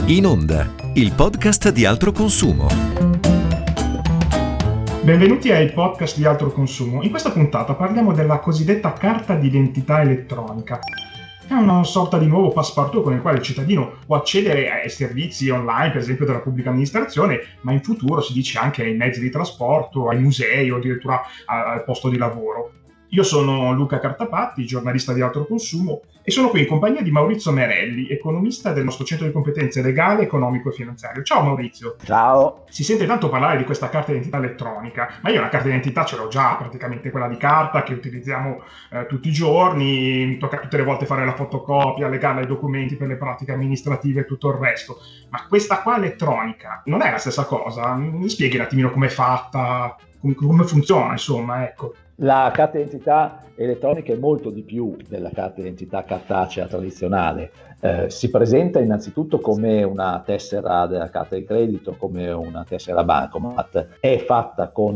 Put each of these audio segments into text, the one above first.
In Onda, il podcast di Altro Consumo. Benvenuti ai podcast di Altro Consumo. In questa puntata parliamo della cosiddetta carta d'identità elettronica. È una sorta di nuovo passepartout con il quale il cittadino può accedere ai servizi online, per esempio della pubblica amministrazione, ma in futuro si dice anche ai mezzi di trasporto, ai musei o addirittura al posto di lavoro. Io sono Luca Cartapatti, giornalista di Altro Consumo, e sono qui in compagnia di Maurizio Merelli, economista del nostro centro di competenze legale, economico e finanziario. Ciao Maurizio. Ciao. Si sente tanto parlare di questa carta d'identità elettronica, ma io una carta d'identità ce l'ho già, praticamente quella di carta che utilizziamo tutti i giorni, mi tocca tutte le volte fare la fotocopia, legarla ai documenti per le pratiche amministrative e tutto il resto. Ma questa qua elettronica non è la stessa cosa? Mi spieghi un attimino com'è fatta, come funziona, insomma, ecco. La carta d'identità elettronica è molto di più della carta d'identità cartacea tradizionale. Si presenta innanzitutto come una tessera della carta di credito, come una tessera bancomat. È fatta con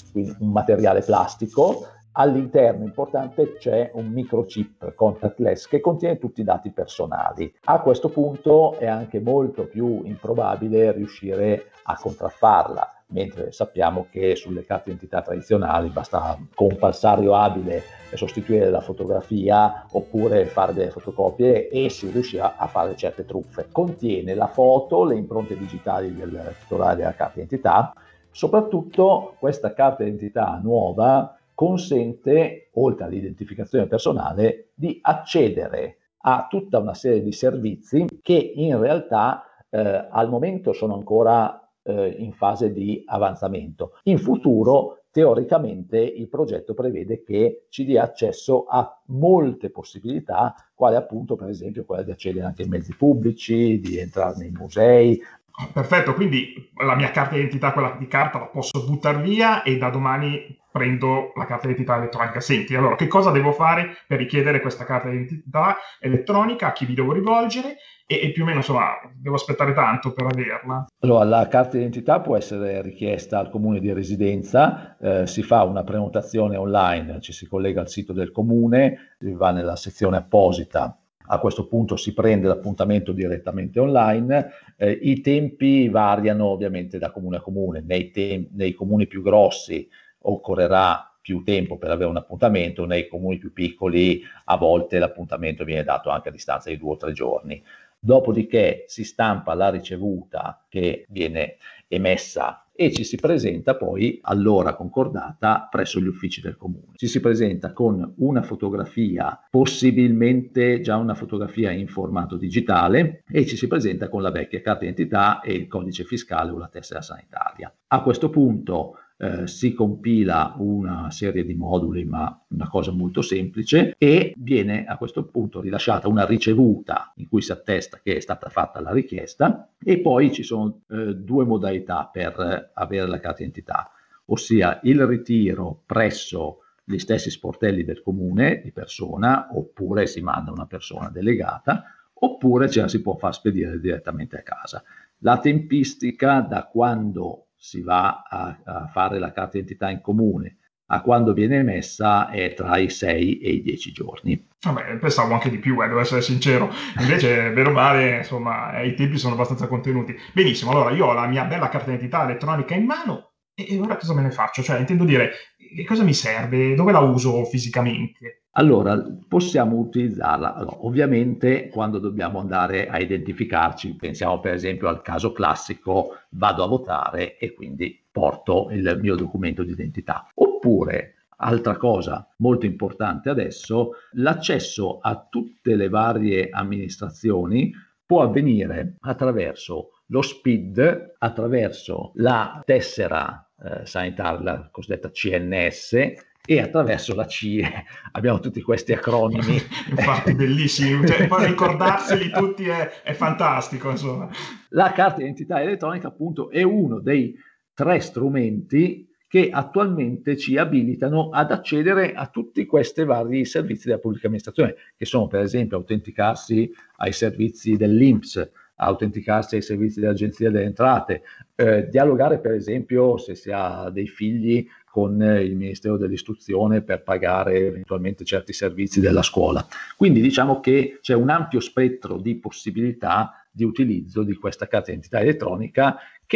un materiale plastico. All'interno, importante, c'è un microchip contactless che contiene tutti i dati personali. A questo punto è anche molto più improbabile riuscire a contraffarla, mentre sappiamo che sulle carte d'identità tradizionali basta con un falsario abile sostituire la fotografia oppure fare delle fotocopie e si riuscirà a fare certe truffe. Contiene la foto, le impronte digitali del titolare della carta d'identità. Soprattutto questa carta d'identità nuova consente, oltre all'identificazione personale, di accedere a tutta una serie di servizi che in realtà al momento sono ancora in fase di avanzamento. In futuro, teoricamente, il progetto prevede che ci dia accesso a molte possibilità, quale appunto per esempio quella di accedere anche ai mezzi pubblici, di entrare nei musei. Perfetto, quindi la mia carta d'identità, quella di carta, la posso buttare via e da domani prendo la carta d'identità elettronica. Senti, allora, che cosa devo fare per richiedere questa carta d'identità elettronica? A chi mi devo rivolgere? E più o meno, insomma, devo aspettare tanto per averla? Allora, la carta d'identità può essere richiesta al comune di residenza, si fa una prenotazione online, ci si collega al sito del comune, si va nella sezione apposita. A questo punto si prende l'appuntamento direttamente online. I tempi variano ovviamente da comune a comune. Nei comuni più grossi occorrerà più tempo per avere un appuntamento, nei comuni più piccoli a volte l'appuntamento viene dato anche a distanza di 2 o 3 giorni. Dopodiché si stampa la ricevuta che viene emessa e ci si presenta poi all'ora concordata presso gli uffici del comune. Ci si presenta con una fotografia, possibilmente già una fotografia in formato digitale, e ci si presenta con la vecchia carta d'identità e il codice fiscale o la tessera sanitaria. A questo punto si compila una serie di moduli, ma una cosa molto semplice, e viene a questo punto rilasciata una ricevuta in cui si attesta che è stata fatta la richiesta, e poi ci sono 2 modalità per avere la carta d'identità, ossia il ritiro presso gli stessi sportelli del comune di persona, oppure si manda una persona delegata, oppure ce la si può far spedire direttamente a casa. La tempistica da quando si va a fare la carta d'identità in comune a quando viene emessa è tra i 6 e i 10 giorni. Vabbè, pensavo anche di più, devo essere sincero. Invece, bene o male, insomma, i tempi sono abbastanza contenuti. Benissimo, allora io ho la mia bella carta d'identità elettronica in mano e ora cosa me ne faccio? Cioè, intendo dire, che cosa mi serve? Dove la uso fisicamente? Allora, possiamo utilizzarla. Allora, ovviamente quando dobbiamo andare a identificarci, pensiamo per esempio al caso classico, vado a votare e quindi porto il mio documento di identità. Oppure, altra cosa molto importante adesso, l'accesso a tutte le varie amministrazioni può avvenire attraverso lo SPID, attraverso la tessera sanitaria, la cosiddetta CNS, e attraverso la CIE. Abbiamo tutti questi acronimi. Infatti, bellissimi, cioè, poi ricordarseli tutti è fantastico, insomma. La carta d'identità elettronica, appunto, è uno dei 3 strumenti che attualmente ci abilitano ad accedere a tutti questi vari servizi della pubblica amministrazione, che sono per esempio autenticarsi ai servizi dell'INPS, autenticarsi ai servizi dell'Agenzia delle Entrate, dialogare per esempio, se si ha dei figli, con il Ministero dell'Istruzione per pagare eventualmente certi servizi della scuola. Quindi diciamo che c'è un ampio spettro di possibilità di utilizzo di questa carta d'identità elettronica,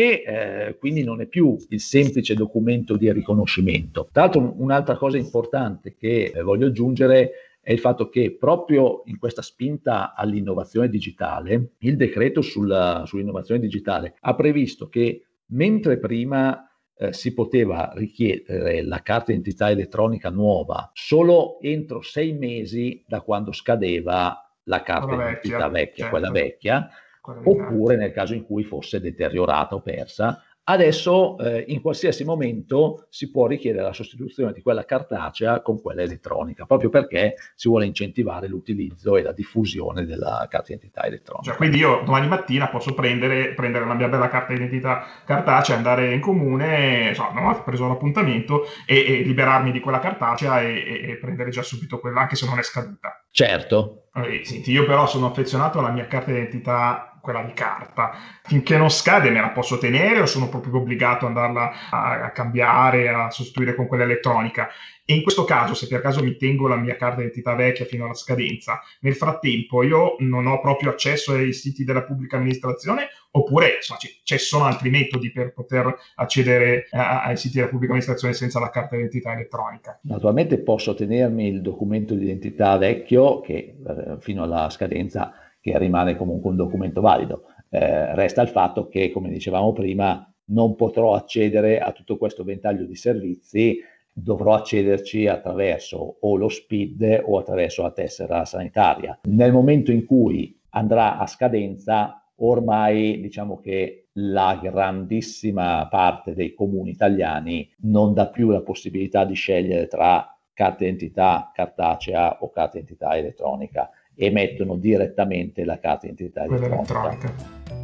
che quindi non è più il semplice documento di riconoscimento. Tra l'altro, un'altra cosa importante che voglio aggiungere è il fatto che proprio in questa spinta all'innovazione digitale, il decreto sull'innovazione digitale ha previsto che mentre prima si poteva richiedere la carta d'identità elettronica nuova solo entro 6 mesi da quando scadeva la carta d'identità vecchia, certo. quella vecchia, oppure nel caso in cui fosse deteriorata o persa. Adesso in qualsiasi momento si può richiedere la sostituzione di quella cartacea con quella elettronica, proprio perché si vuole incentivare l'utilizzo e la diffusione della carta d'identità elettronica. Cioè, quindi io domani mattina posso prendere la mia bella carta d'identità cartacea, andare in comune, non ho preso l'appuntamento, e liberarmi di quella cartacea e prendere già subito quella, anche se non è scaduta. Certo. Senti, io però sono affezionato alla mia carta d'identità, quella di carta. Finché non scade me la posso tenere o sono proprio obbligato ad andarla a cambiare, a sostituire con quella elettronica? E in questo caso, se per caso mi tengo la mia carta d'identità vecchia fino alla scadenza, nel frattempo io non ho proprio accesso ai siti della pubblica amministrazione, oppure ci sono altri metodi per poter accedere ai siti della pubblica amministrazione senza la carta d'identità elettronica? Naturalmente posso tenermi il documento di identità vecchio che fino alla scadenza, che rimane comunque un documento valido. Resta il fatto che, come dicevamo prima, non potrò accedere a tutto questo ventaglio di servizi, dovrò accederci attraverso o lo SPID o attraverso la tessera sanitaria. Nel momento in cui andrà a scadenza, ormai diciamo che la grandissima parte dei comuni italiani non dà più la possibilità di scegliere tra carta d'identità cartacea o carta d'identità elettronica, e mettono direttamente la carta d'identità elettronica.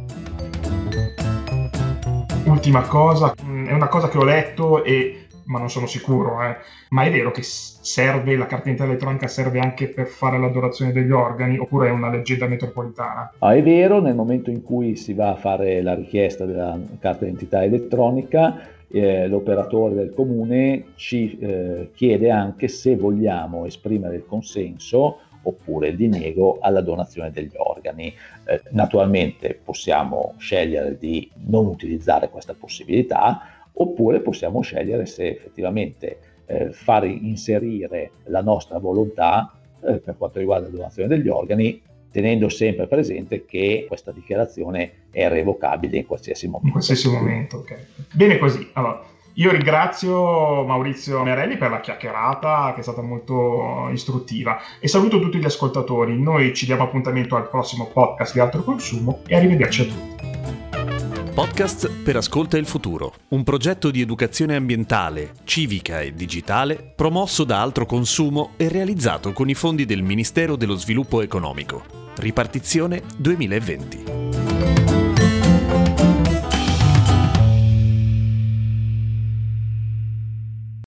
Ultima cosa, è una cosa che ho letto ma non sono sicuro, ma è vero che serve la carta d'identità elettronica, serve anche per fare la donazione degli organi, oppure è una leggenda metropolitana? È vero, nel momento in cui si va a fare la richiesta della carta d'identità elettronica, l'operatore del comune ci chiede anche se vogliamo esprimere il consenso oppure il diniego alla donazione degli organi. Naturalmente possiamo scegliere di non utilizzare questa possibilità, oppure possiamo scegliere se effettivamente far inserire la nostra volontà per quanto riguarda la donazione degli organi, tenendo sempre presente che questa dichiarazione è revocabile in qualsiasi momento. In qualsiasi momento, ok. Bene così. Allora, io ringrazio Maurizio Merelli per la chiacchierata, che è stata molto istruttiva, e saluto tutti gli ascoltatori. Noi ci diamo appuntamento al prossimo podcast di Altro Consumo e arrivederci a tutti. Podcast per Ascolta il Futuro, un progetto di educazione ambientale, civica e digitale promosso da Altro Consumo e realizzato con i fondi del Ministero dello Sviluppo Economico. Ripartizione 2020.